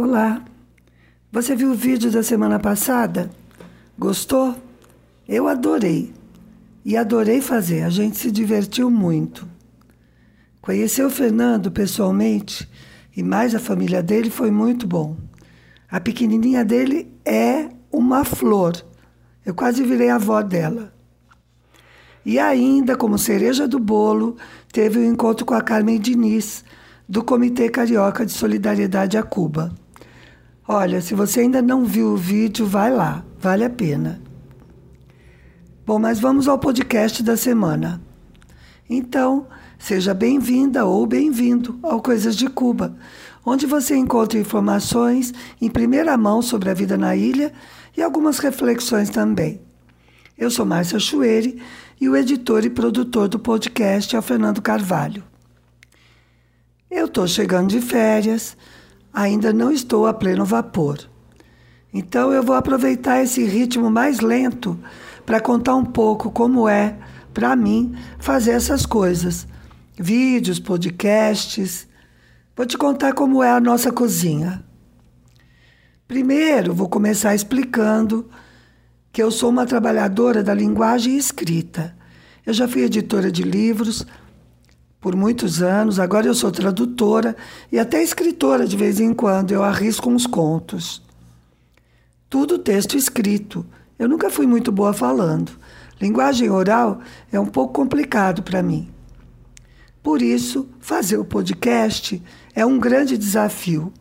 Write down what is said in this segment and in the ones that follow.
Olá, você viu o vídeo da semana passada? Gostou? Eu adorei. E adorei fazer, a gente se divertiu muito. Conhecer o Fernando pessoalmente e mais a família dele foi muito bom. A pequenininha dele é uma flor. Eu quase virei a avó dela. E ainda, como cereja do bolo, teve um encontro com a Carmen Diniz, do Comitê Carioca de Solidariedade a Cuba. Olha, se você ainda não viu o vídeo, vai lá, vale a pena. Bom, mas vamos ao podcast da semana. Então, seja bem-vinda ou bem-vindo ao Coisas de Cuba, onde você encontra informações em primeira mão sobre a vida na ilha e algumas reflexões também. Eu sou Márcia Chueri e o editor e produtor do podcast é o Fernando Carvalho. Eu estou chegando de férias, ainda não estou a pleno vapor. Então eu vou aproveitar esse ritmo mais lento para contar um pouco como é, para mim, fazer essas coisas. Vídeos, podcasts. Vou te contar como é a nossa cozinha. Primeiro, vou começar explicando que eu sou uma trabalhadora da linguagem escrita. Eu já fui editora de livros por muitos anos, agora eu sou tradutora e até escritora de vez em quando, eu arrisco uns contos. Tudo texto escrito. Eu nunca fui muito boa falando. Linguagem oral é um pouco complicado para mim. Por isso, fazer o podcast é um grande desafio.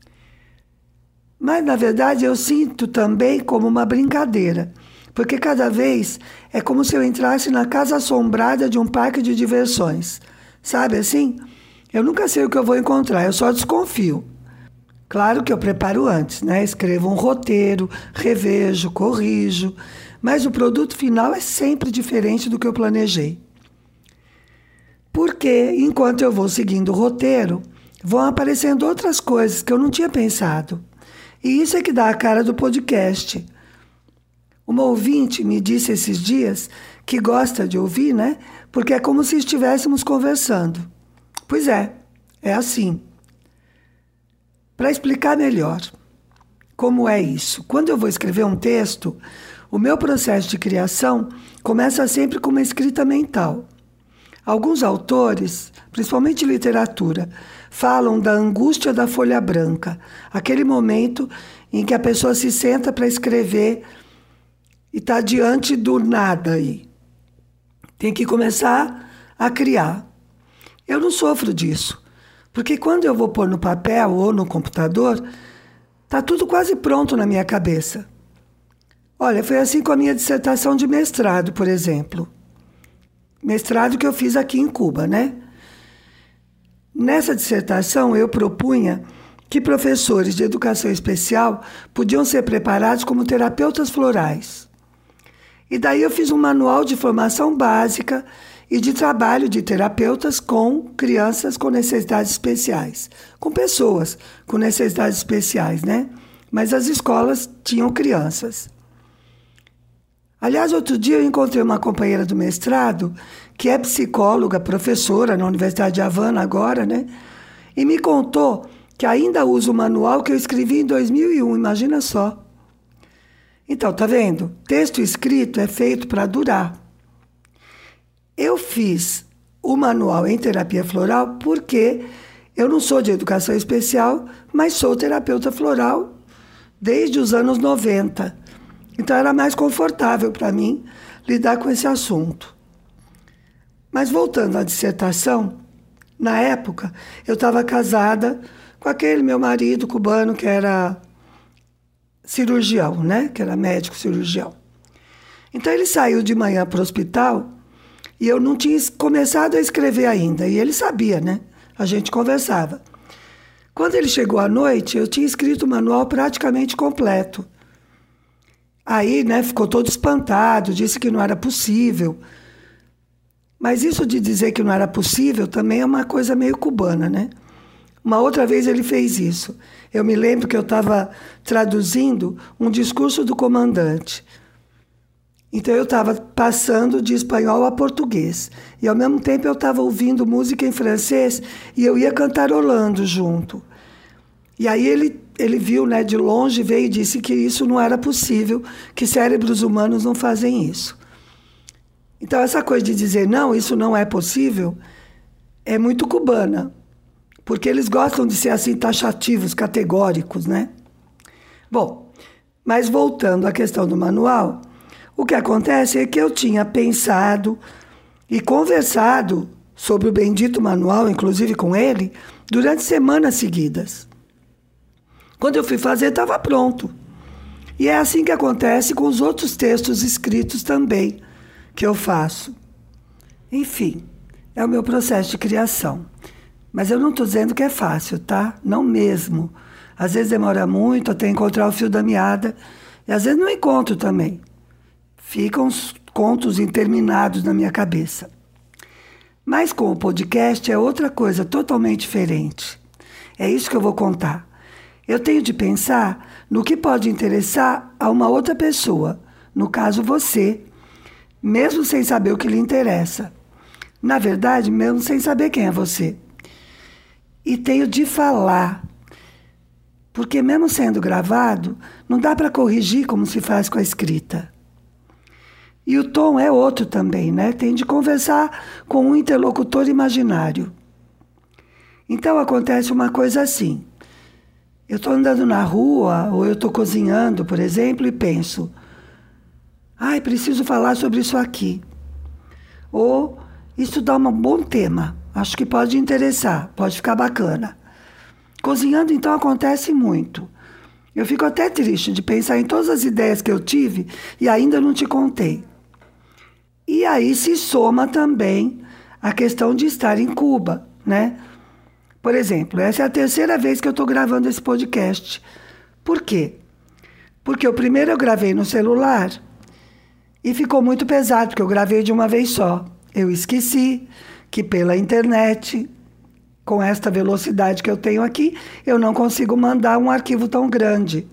Mas, na verdade, eu sinto também como uma brincadeira, porque cada vez é como se eu entrasse na casa assombrada de um parque de diversões. Sabe assim? Eu nunca sei o que eu vou encontrar, eu só desconfio. Claro que eu preparo antes, né? Escrevo um roteiro, revejo, corrijo, mas o produto final é sempre diferente do que eu planejei. Porque, enquanto eu vou seguindo o roteiro, vão aparecendo outras coisas que eu não tinha pensado. E isso é que dá a cara do podcast. Uma ouvinte me disse esses dias que gosta de ouvir, né? Porque é como se estivéssemos conversando. Pois é assim. Para explicar melhor como é isso, quando eu vou escrever um texto, o meu processo de criação começa sempre com uma escrita mental. Alguns autores, principalmente literatura, falam da angústia da folha branca, aquele momento em que a pessoa se senta para escrever e está diante do nada aí. Tem que começar a criar. Eu não sofro disso, porque quando eu vou pôr no papel ou no computador, está tudo quase pronto na minha cabeça. Olha, foi assim com a minha dissertação de mestrado, por exemplo. Mestrado que eu fiz aqui em Cuba, né? Nessa dissertação, eu propunha que professores de educação especial podiam ser preparados como terapeutas florais. E daí eu fiz um manual de formação básica e de trabalho de terapeutas com crianças com necessidades especiais, com pessoas com necessidades especiais, né? Mas as escolas tinham crianças. Aliás, outro dia eu encontrei uma companheira do mestrado, que é psicóloga, professora na Universidade de Havana agora, né? E me contou que ainda usa o manual que eu escrevi em 2001, imagina só. Então, tá vendo? Texto escrito é feito para durar. Eu fiz o manual em terapia floral porque eu não sou de educação especial, mas sou terapeuta floral desde os anos 90. Então era mais confortável para mim lidar com esse assunto. Mas voltando à dissertação, na época eu estava casada com aquele meu marido cubano que era cirurgião, né? Que era médico cirurgião. Então ele saiu de manhã para o hospital e eu não tinha começado a escrever ainda. E ele sabia, né? A gente conversava. Quando ele chegou à noite, eu tinha escrito o manual praticamente completo. Aí, né, ficou todo espantado, disse que não era possível. Mas isso de dizer que não era possível também é uma coisa meio cubana, né? Uma outra vez ele fez isso. Eu me lembro que eu estava traduzindo um discurso do comandante. Então eu estava passando de espanhol a português. E ao mesmo tempo eu estava ouvindo música em francês e eu ia cantarolando junto. E aí ele ele viu, né, de longe, veio e disse que isso não era possível, que cérebros humanos não fazem isso. Então, essa coisa de dizer, não, isso não é possível, é muito cubana, porque eles gostam de ser assim taxativos, categóricos, né? Bom, mas voltando à questão do manual, o que acontece é que eu tinha pensado e conversado sobre o bendito manual, inclusive com ele, durante semanas seguidas. Quando eu fui fazer, estava pronto. E é assim que acontece com os outros textos escritos também, que eu faço. Enfim, é o meu processo de criação. Mas eu não estou dizendo que é fácil, tá? Não mesmo. Às vezes demora muito até encontrar o fio da meada, e às vezes não encontro também. Ficam os contos interminados na minha cabeça. Mas com o podcast é outra coisa totalmente diferente. É isso que eu vou contar. Eu tenho de pensar no que pode interessar a uma outra pessoa, no caso você, mesmo sem saber o que lhe interessa. Na verdade, mesmo sem saber quem é você. E tenho de falar, porque mesmo sendo gravado, não dá para corrigir como se faz com a escrita. E o tom é outro também, né? Tem de conversar com um interlocutor imaginário. Então acontece uma coisa assim. Eu estou andando na rua, ou eu estou cozinhando, por exemplo, e penso, preciso falar sobre isso aqui. Ou, isso dá um bom tema, acho que pode interessar, pode ficar bacana. Cozinhando, então, acontece muito. Eu fico até triste de pensar em todas as ideias que eu tive e ainda não te contei. E aí se soma também a questão de estar em Cuba, né? Por exemplo, essa é a terceira vez que eu estou gravando esse podcast. Por quê? Porque o primeiro eu gravei no celular e ficou muito pesado, porque eu gravei de uma vez só. Eu esqueci que pela internet, com esta velocidade que eu tenho aqui, eu não consigo mandar um arquivo tão grande.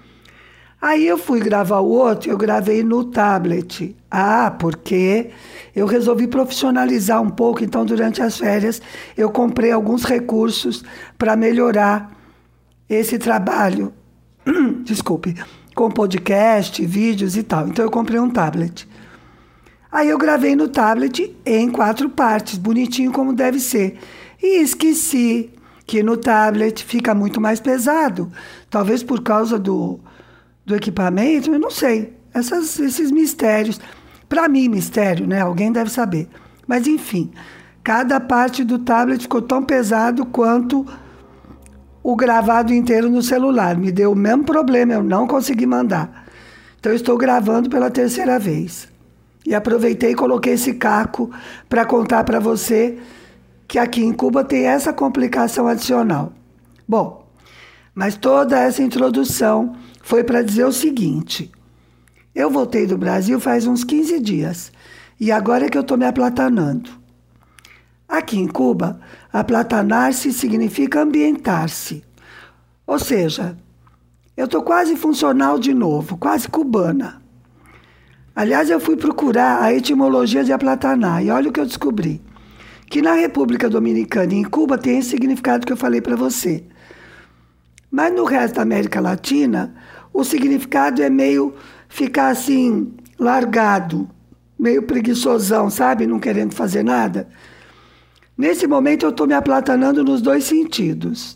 Aí eu fui gravar o outro, eu gravei no tablet. Porque eu resolvi profissionalizar um pouco, então durante as férias eu comprei alguns recursos para melhorar esse trabalho. Desculpe, com podcast, vídeos e tal. Então eu comprei um tablet. Aí eu gravei no tablet em 4 partes, bonitinho como deve ser. E esqueci que no tablet fica muito mais pesado. Talvez por causa do equipamento, eu não sei. Esses mistérios. Para mim, mistério, né? Alguém deve saber. Mas, enfim, cada parte do tablet ficou tão pesado quanto o gravado inteiro no celular. Me deu o mesmo problema, eu não consegui mandar. Então, eu estou gravando pela terceira vez. E aproveitei e coloquei esse caco para contar para você que aqui em Cuba tem essa complicação adicional. Bom, mas toda essa introdução foi para dizer o seguinte. Eu voltei do Brasil faz uns 15 dias e agora é que eu estou me aplatanando. Aqui em Cuba, aplatanar-se significa ambientar-se. Ou seja, eu estou quase funcional de novo, quase cubana. Aliás, eu fui procurar a etimologia de aplatanar e olha o que eu descobri. Que na República Dominicana e em Cuba tem esse significado que eu falei para você. Mas no resto da América Latina, o significado é meio ficar assim, largado, meio preguiçosão, sabe? Não querendo fazer nada. Nesse momento eu estou me aplatanando nos 2 sentidos.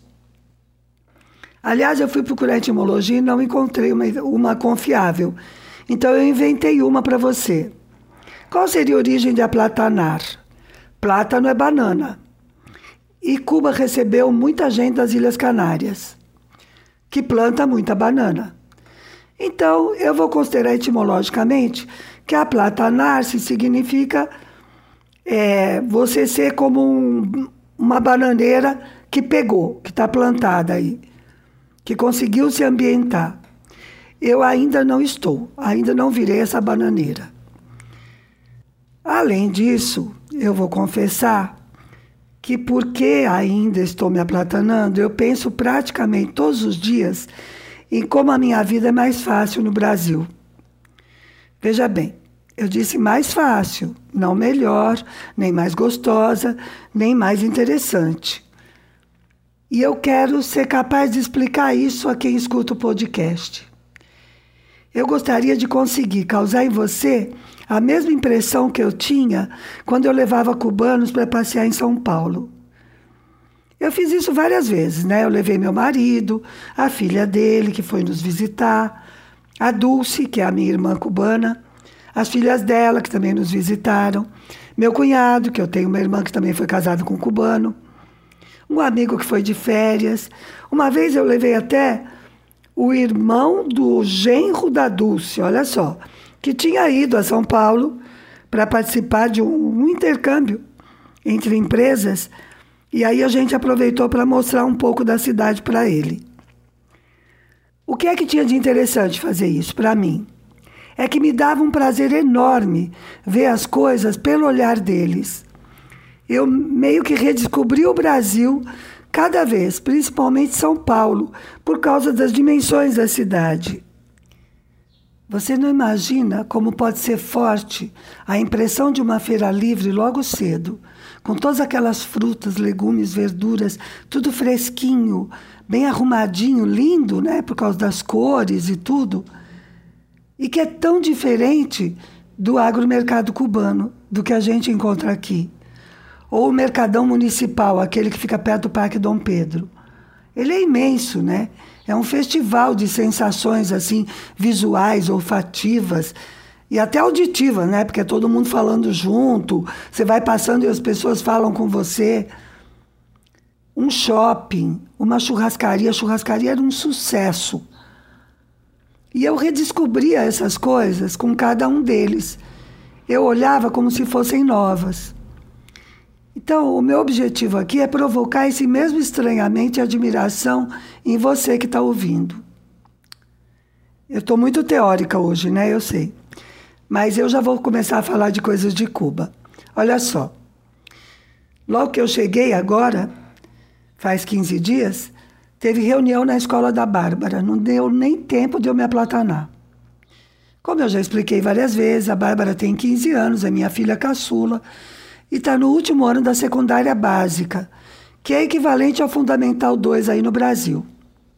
Aliás, eu fui procurar etimologia e não encontrei uma confiável. Então eu inventei uma para você. Qual seria a origem de aplatanar? Plátano é banana. E Cuba recebeu muita gente das Ilhas Canárias, que planta muita banana. Então, eu vou considerar etimologicamente que aplatanar-se significa você ser como uma bananeira que pegou, que está plantada aí, que conseguiu se ambientar. Eu ainda não estou, ainda não virei essa bananeira. Além disso, eu vou confessar que porque ainda estou me aplatanando, eu penso praticamente todos os dias em como a minha vida é mais fácil no Brasil. Veja bem, eu disse mais fácil, não melhor, nem mais gostosa, nem mais interessante. E eu quero ser capaz de explicar isso a quem escuta o podcast. Eu gostaria de conseguir causar em você a mesma impressão que eu tinha quando eu levava cubanos para passear em São Paulo. Eu fiz isso várias vezes, né? Eu levei meu marido, a filha dele, que foi nos visitar, a Dulce, que é a minha irmã cubana, as filhas dela, que também nos visitaram, meu cunhado, que eu tenho uma irmã que também foi casada com um cubano, um amigo que foi de férias. Uma vez eu levei até o irmão do genro da Dulce, olha só, que tinha ido a São Paulo para participar de um intercâmbio entre empresas, e aí a gente aproveitou para mostrar um pouco da cidade para ele. O que é que tinha de interessante fazer isso para mim? É que me dava um prazer enorme ver as coisas pelo olhar deles. Eu meio que redescobri o Brasil cada vez, principalmente São Paulo, por causa das dimensões da cidade. Você não imagina como pode ser forte a impressão de uma feira livre logo cedo, com todas aquelas frutas, legumes, verduras, tudo fresquinho, bem arrumadinho, lindo, né, por causa das cores e tudo, e que é tão diferente do agromercado cubano, do que a gente encontra aqui. Ou o Mercadão Municipal, aquele que fica perto do Parque Dom Pedro. Ele é imenso, né? É um festival de sensações assim, visuais, olfativas e até auditivas, né? Porque é todo mundo falando junto, você vai passando e as pessoas falam com você. Um shopping, uma churrascaria. A churrascaria era um sucesso. E eu redescobria essas coisas com cada um deles. Eu olhava como se fossem novas. Então, o meu objetivo aqui é provocar esse mesmo estranhamento e admiração em você que está ouvindo. Eu estou muito teórica hoje, né? Eu sei. Mas eu já vou começar a falar de coisas de Cuba. Olha só. Logo que eu cheguei agora, faz 15 dias, teve reunião na escola da Bárbara. Não deu nem tempo de eu me aplatanar. Como eu já expliquei várias vezes, a Bárbara tem 15 anos, é minha filha caçula, e está no último ano da secundária básica, que é equivalente ao Fundamental 2 aí no Brasil.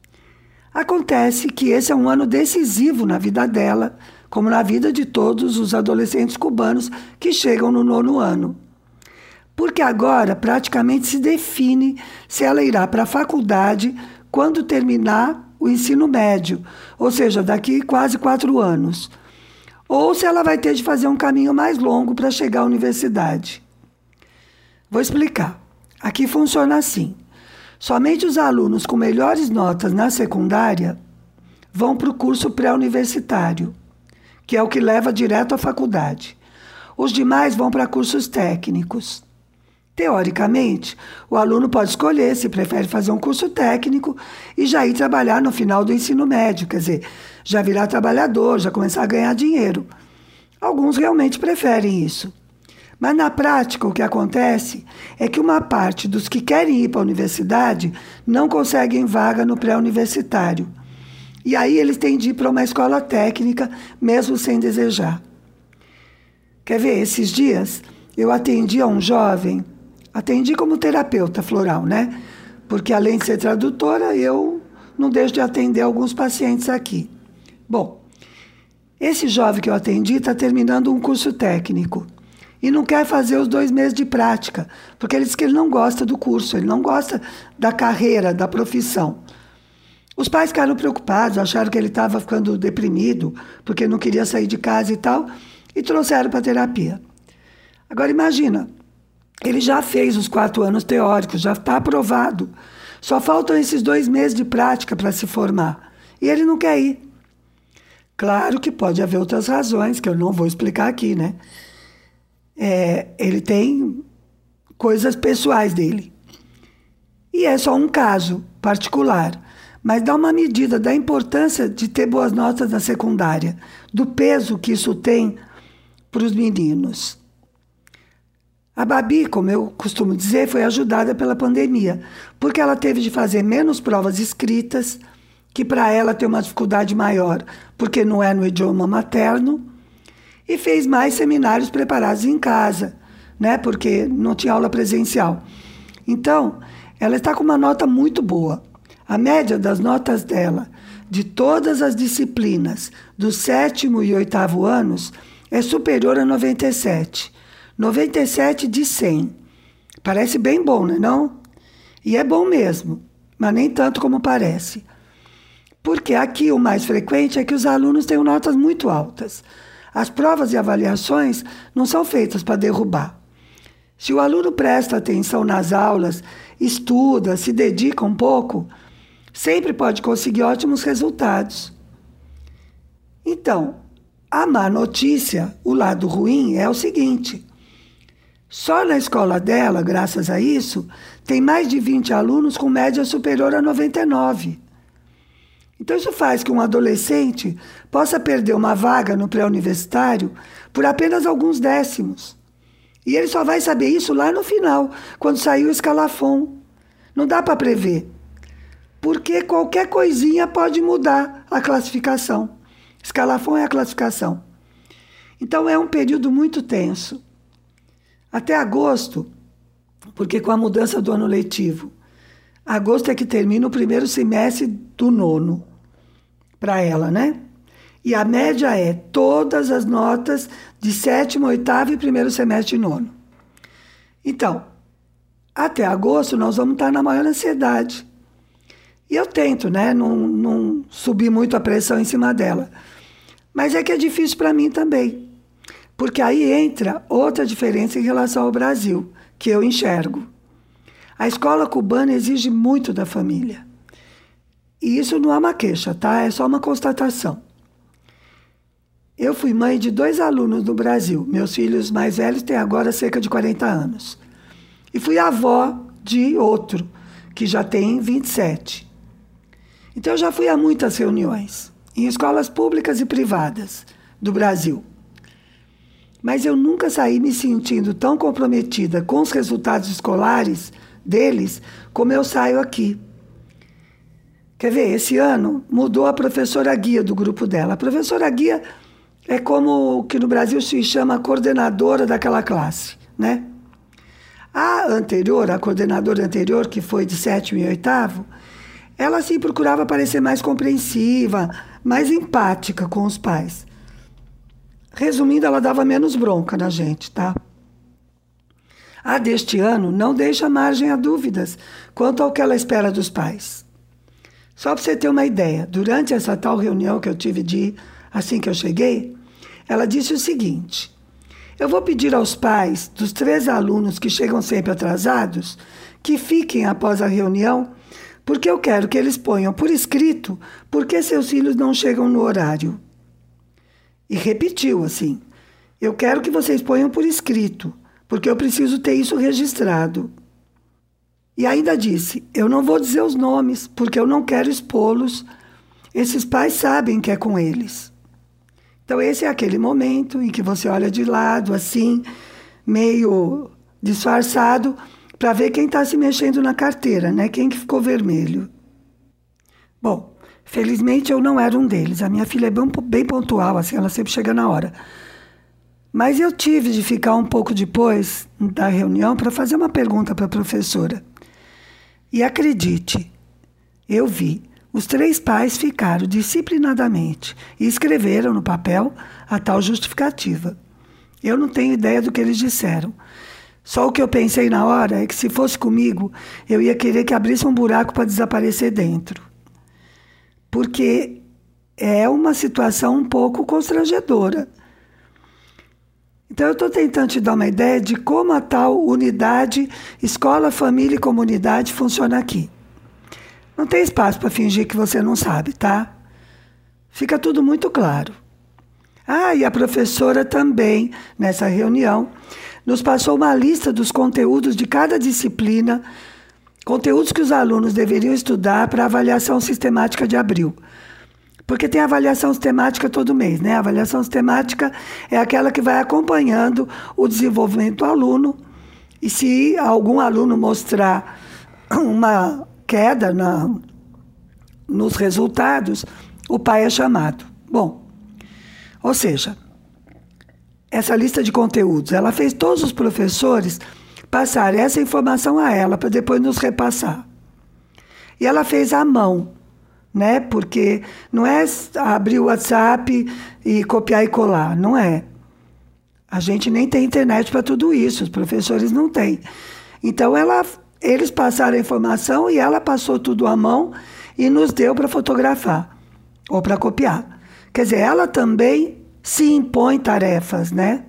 Acontece que esse é um ano decisivo na vida dela, como na vida de todos os adolescentes cubanos que chegam no 9º ano. Porque agora praticamente se define se ela irá para a faculdade quando terminar o ensino médio, ou seja, daqui quase 4 anos. Ou se ela vai ter de fazer um caminho mais longo para chegar à universidade. Vou explicar. Aqui funciona assim. Somente os alunos com melhores notas na secundária vão para o curso pré-universitário, que é o que leva direto à faculdade. Os demais vão para cursos técnicos. Teoricamente, o aluno pode escolher se prefere fazer um curso técnico e já ir trabalhar no final do ensino médio, quer dizer, já virar trabalhador, já começar a ganhar dinheiro. Alguns realmente preferem isso. Mas na prática o que acontece é que uma parte dos que querem ir para a universidade não conseguem vaga no pré-universitário. E aí eles têm de ir para uma escola técnica, mesmo sem desejar. Quer ver, esses dias eu atendi a um jovem, atendi como terapeuta floral, né? Porque além de ser tradutora, eu não deixo de atender alguns pacientes aqui. Bom, esse jovem que eu atendi está terminando um curso técnico. E não quer fazer os 2 meses de prática, porque ele diz que ele não gosta do curso, ele não gosta da carreira, da profissão. Os pais ficaram preocupados, acharam que ele estava ficando deprimido, porque não queria sair de casa e tal, e trouxeram para a terapia. Agora imagina, ele já fez os 4 anos teóricos, já está aprovado, só faltam esses 2 meses de prática para se formar, e ele não quer ir. Claro que pode haver outras razões, que eu não vou explicar aqui, né? Ele tem coisas pessoais dele. E é só um caso particular, mas dá uma medida da importância de ter boas notas na secundária, do peso que isso tem para os meninos. A Babi, como eu costumo dizer, foi ajudada pela pandemia, porque ela teve de fazer menos provas escritas, que para ela tem uma dificuldade maior, porque não é no idioma materno, e fez mais seminários preparados em casa, né? Porque não tinha aula presencial. Então, ela está com uma nota muito boa. A média das notas dela, de todas as disciplinas do 7º e 8º anos, é superior a 97. 97 de 100. Parece bem bom, não é não? E é bom mesmo, mas nem tanto como parece. Porque aqui o mais frequente é que os alunos tenham notas muito altas. As provas e avaliações não são feitas para derrubar. Se o aluno presta atenção nas aulas, estuda, se dedica um pouco, sempre pode conseguir ótimos resultados. Então, a má notícia, o lado ruim, é o seguinte: só na escola dela, graças a isso, tem mais de 20 alunos com média superior a 99. Então isso faz que um adolescente possa perder uma vaga no pré-universitário por apenas alguns décimos. E ele só vai saber isso lá no final, quando sair o escalafon. Não dá para prever, porque qualquer coisinha pode mudar a classificação. Escalafon é a classificação. Então é um período muito tenso. Até agosto, porque com a mudança do ano letivo, agosto é que termina o primeiro semestre do 9º, para ela, né? E a média é todas as notas de 7º, 8º e primeiro semestre de 9º. Então, até agosto nós vamos estar na maior ansiedade. E eu tento, né, não subir muito a pressão em cima dela. Mas é que é difícil para mim também. Porque aí entra outra diferença em relação ao Brasil, que eu enxergo. A escola cubana exige muito da família. E isso não é uma queixa, tá? É só uma constatação. Eu fui mãe de 2 alunos no Brasil. Meus filhos mais velhos têm agora cerca de 40 anos. E fui avó de outro, que já tem 27. Então eu já fui a muitas reuniões, em escolas públicas e privadas do Brasil. Mas eu nunca saí me sentindo tão comprometida com os resultados escolares deles como eu saio aqui. Quer ver, esse ano mudou a professora guia do grupo dela. A professora guia é como o que no Brasil se chama a coordenadora daquela classe, né? A coordenadora anterior, que foi de 7º e 8º, ela sim procurava parecer mais compreensiva, mais empática com os pais. Resumindo, ela dava menos bronca na gente, tá? A deste ano não deixa margem a dúvidas quanto ao que ela espera dos pais. Só para você ter uma ideia, durante essa tal reunião que eu tive assim que eu cheguei, ela disse o seguinte: eu vou pedir aos pais dos 3 alunos que chegam sempre atrasados que fiquem após a reunião, porque eu quero que eles ponham por escrito por que seus filhos não chegam no horário. E repetiu assim: eu quero que vocês ponham por escrito, porque eu preciso ter isso registrado. E ainda disse: eu não vou dizer os nomes, porque eu não quero expô-los. Esses pais sabem que é com eles. Então esse é aquele momento em que você olha de lado, assim, meio disfarçado, para ver quem está se mexendo na carteira, né? Quem que ficou vermelho. Bom, felizmente eu não era um deles. A minha filha é bem pontual, assim, ela sempre chega na hora. Mas eu tive de ficar um pouco depois da reunião para fazer uma pergunta para a professora. E acredite, eu vi. Os 3 pais ficaram disciplinadamente e escreveram no papel a tal justificativa. Eu não tenho ideia do que eles disseram. Só o que eu pensei na hora é que, se fosse comigo, eu ia querer que abrisse um buraco para desaparecer dentro. Porque é uma situação um pouco constrangedora. Então, eu estou tentando te dar uma ideia de como a tal unidade, escola, família e comunidade funciona aqui. Não tem espaço para fingir que você não sabe, tá? Fica tudo muito claro. E a professora também, nessa reunião, nos passou uma lista dos conteúdos de cada disciplina, conteúdos que os alunos deveriam estudar para a avaliação sistemática de abril. Porque tem avaliação sistemática todo mês, né? A avaliação sistemática é aquela que vai acompanhando o desenvolvimento do aluno, e se algum aluno mostrar uma queda nos resultados, o pai é chamado. Bom, ou seja, essa lista de conteúdos, ela fez todos os professores passar essa informação a ela para depois nos repassar. E ela fez à mão, né? Porque não é abrir o WhatsApp e copiar e colar, não é. A gente nem tem internet para tudo isso, os professores não têm. Então, eles passaram a informação e ela passou tudo à mão e nos deu para fotografar ou para copiar. Quer dizer, ela também se impõe tarefas, né?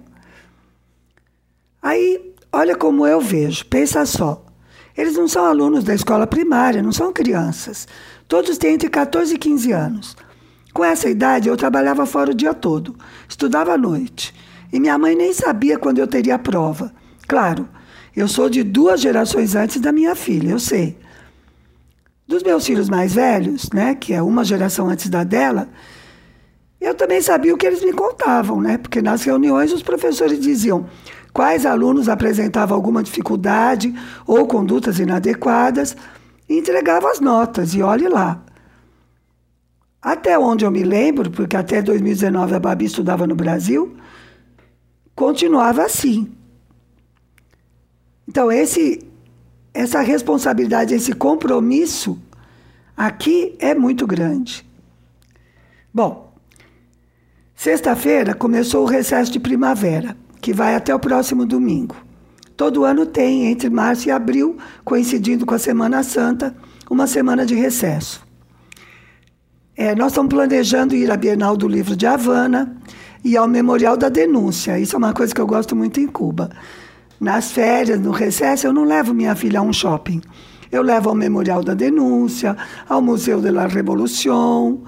Aí, olha como eu vejo, pensa só. Eles não são alunos da escola primária, não são crianças. Todos têm entre 14 e 15 anos. Com essa idade, eu trabalhava fora o dia todo, estudava à noite. E minha mãe nem sabia quando eu teria a prova. Claro, eu sou de 2 gerações antes da minha filha, eu sei. Dos meus filhos mais velhos, né, que é uma geração antes da dela, eu também sabia o que eles me contavam, né? Porque nas reuniões os professores diziam quais alunos apresentavam alguma dificuldade ou condutas inadequadas e entregavam as notas, e olhe lá. Até onde eu me lembro, porque até 2019 a Babi estudava no Brasil, continuava assim. Então, essa responsabilidade, esse compromisso aqui é muito grande. Bom, sexta-feira começou o recesso de primavera, que vai até o próximo domingo. Todo ano tem, entre março e abril, coincidindo com a Semana Santa, uma semana de recesso. Nós estamos planejando ir à Bienal do Livro de Havana e ao Memorial da Denúncia. Isso é uma coisa que eu gosto muito em Cuba. Nas férias, no recesso, eu não levo minha filha a um shopping. Eu levo ao Memorial da Denúncia, ao Museu de la Revolución,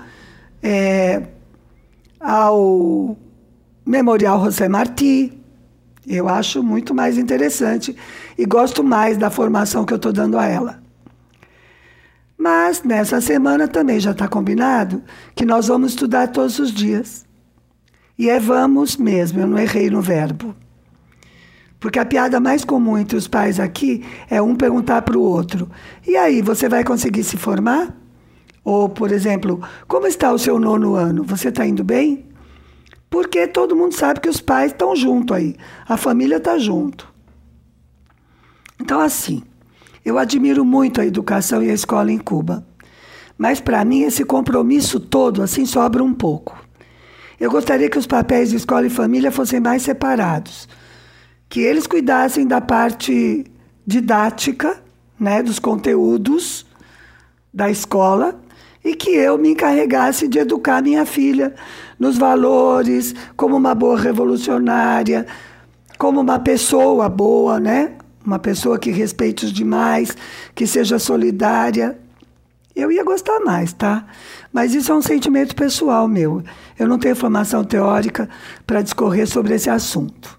ao Memorial José Martí. Eu acho muito mais interessante e gosto mais da formação que eu estou dando a ela. Mas nessa semana também já está combinado que nós vamos estudar todos os dias. E vamos mesmo, eu não errei no verbo. Porque a piada mais comum entre os pais aqui é um perguntar para o outro: e aí, você vai conseguir se formar? Ou, por exemplo, como está o seu 9º ano? Você está indo bem? Porque todo mundo sabe que os pais estão juntos aí. A família está junto. Então, assim, eu admiro muito a educação e a escola em Cuba. Mas, para mim, esse compromisso todo, assim, sobra um pouco. Eu gostaria que os papéis de escola e família fossem mais separados. Que eles cuidassem da parte didática, né, dos conteúdos da escola, e que eu me encarregasse de educar minha filha nos valores, como uma boa revolucionária, como uma pessoa boa, né? Uma pessoa que respeite os demais, que seja solidária. Eu ia gostar mais, tá? Mas isso é um sentimento pessoal meu. Eu não tenho formação teórica para discorrer sobre esse assunto.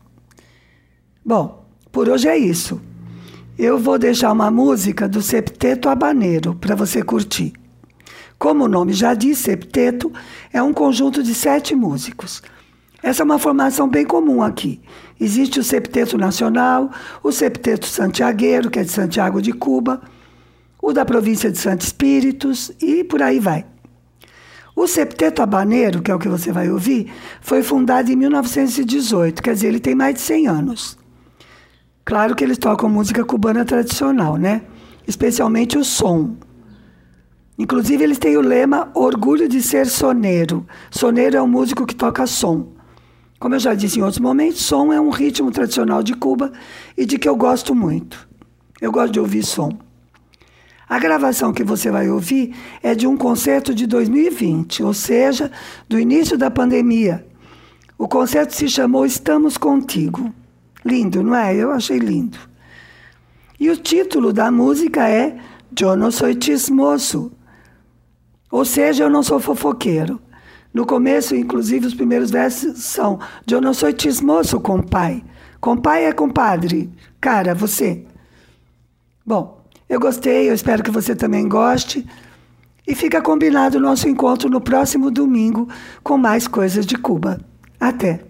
Bom, por hoje é isso. Eu vou deixar uma música do Septeto Habanero para você curtir. Como o nome já diz, septeto é um conjunto de 7 músicos. Essa é uma formação bem comum aqui. Existe o Septeto Nacional, o Septeto Santiaguero, que é de Santiago de Cuba, o da província de Santo Espíritos e por aí vai. O Septeto Habanero, que é o que você vai ouvir, foi fundado em 1918, quer dizer, ele tem mais de 100 anos. Claro que eles tocam música cubana tradicional, né? Especialmente o som. Inclusive, eles têm o lema Orgulho de ser soneiro. Soneiro é um músico que toca som. Como eu já disse em outros momentos, som é um ritmo tradicional de Cuba e de que eu gosto muito. Eu gosto de ouvir som. A gravação que você vai ouvir é de um concerto de 2020, ou seja, do início da pandemia. O concerto se chamou Estamos Contigo. Lindo, não é? Eu achei lindo. E o título da música é Eu não sou chismoso. Ou seja, eu não sou fofoqueiro. No começo, inclusive, os primeiros versos são Eu não sou chismoso, compai. Compai é compadre. Cara, você. Bom, eu gostei, eu espero que você também goste. E fica combinado o nosso encontro no próximo domingo com mais coisas de Cuba. Até!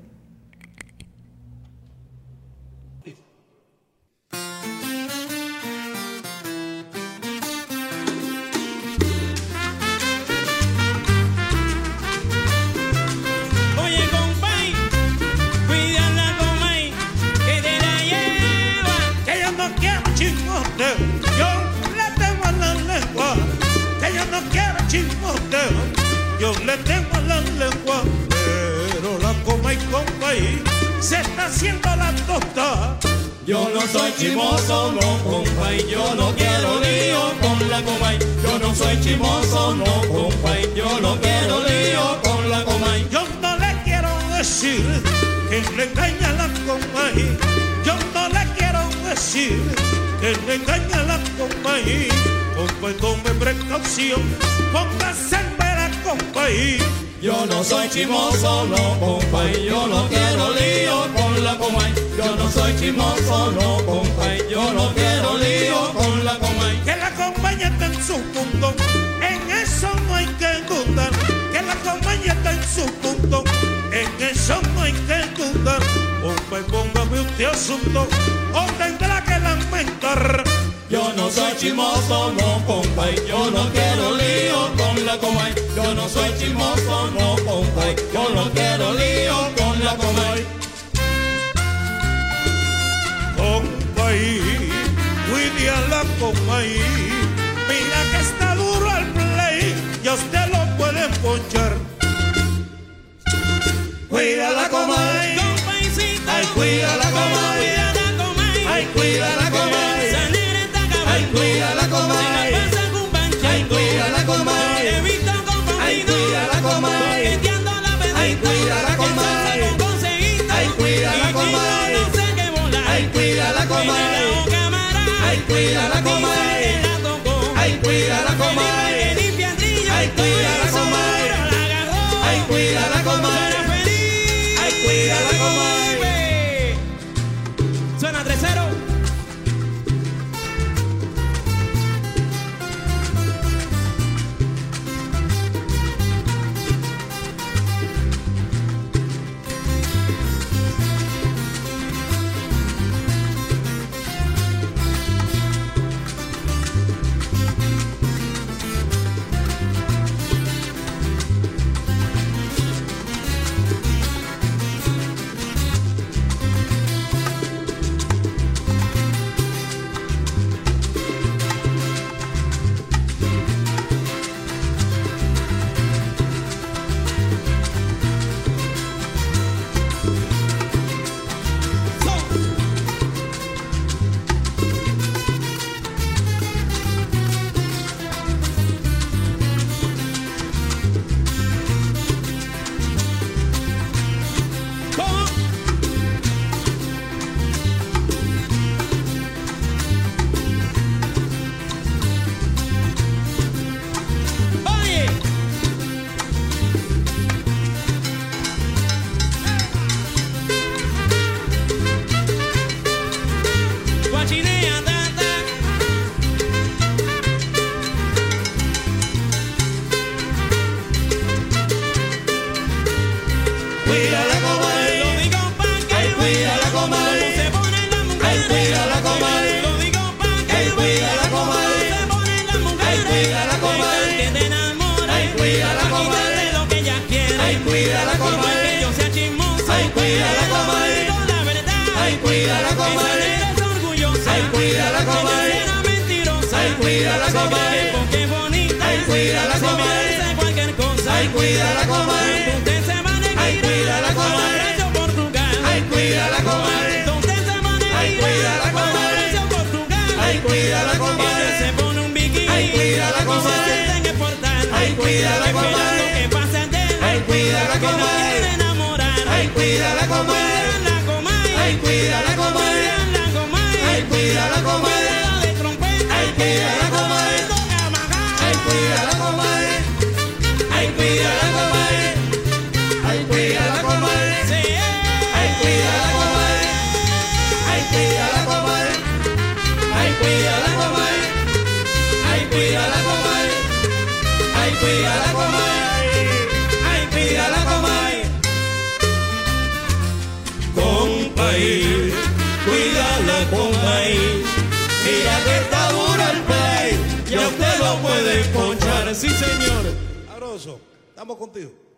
Oye, compay, cuida la comay, que te la lleva, que yo compay, se está haciendo la tostada. Yo no soy chismoso, no, compay, yo no quiero lío con la comay. Yo no soy chismoso, no, compay, yo no quiero lío con la comay. Yo no le quiero decir que le engaña a la comay. Yo no le quiero decir que le engaña a la comay. Compay, tome precaución, póngase en vera, compay. Yo no soy chismoso, no, compay, yo no quiero lío con la comay. Yo no soy chismoso, no, compay, yo no quiero lío con la comay. Que la comay está en su punto, en eso no hay que dudar. Que la comay está en su punto, en eso no hay que dudar. Compay, póngame usted asunto, o tendrá que lamentar. Yo no soy chismoso, no, compay, yo no quiero lío con la comay. Yo no soy chismoso, no, compay, yo no quiero lío con la comay. Compay, cuide a la comay. Mira que está duro el play, ya usted lo puede ponchar. Cuida la comay, compaycita, ay, cuida la comay, ay, cuida la comay. Ay, cuida la comay, ay, cuida la comay, ay, cuida la comay, ay, cuida la comay, ay, cuida la comay, ay, cuida la comay, ay, cuida la comay, ay, cuida la comay, ay, cuida la comay, ay, cuida la comay, ay, cuida la comay. Suena 3-0. Cuida la comay, Lo digo pa' que ay, lo cuida la oiga, comay, cómo se ponen las mujeres. ay, cuida la comay, Lo digo pa' que ay, lo cuida oiga, la cómo comay, se ponen las mujeres. ay, cuida la comay, Que te enamores, ay, cuida la pa' comay, quitarte lo que ella quiere. ay, cuida la Igual comay, que yo sea chismoso, ay, cuida la pero comay, digo la verdad. ay, cuida la Esa comay, negra es orgullosa, ay, cuida la comay, ella será mentirosa. ay, cuida la Se comay, cree porque es bonita, ay, cuida la se comay, merece cualquier cosa. ay, cuida la comay, Donde se van a ay, ir cuida la comay, a Portugal. ay, cuida la comay, Donde se van a ay, ir cuida la a comay, Portugal. ay, cuida la Ella comay, se pone un bikini ay, cuida la y se comay, siente en el portal, ay, cuida la esperando comay, que pase el día, ay, cuida la que no comay, quiere enamorar. ay, cuida la comay, La comay, ay, cuida la comay, la comay, ay, cuida la comay, cuidado de trompeta, ay, cuida la comay, toca magar. ay, cuida la comay, ay, cuida la comay, ay, cuida la comay, Sí, ay, cuida la comay, ay, cuida la comay, ay, cuida la comay, ay, cuida la comay, ay, cuida la comay, ay, cuida la comay. Compay, Cuida la comay, mira que está duro el play, ya usted lo puede ponchar, sí señor. Sabroso, estamos contigo.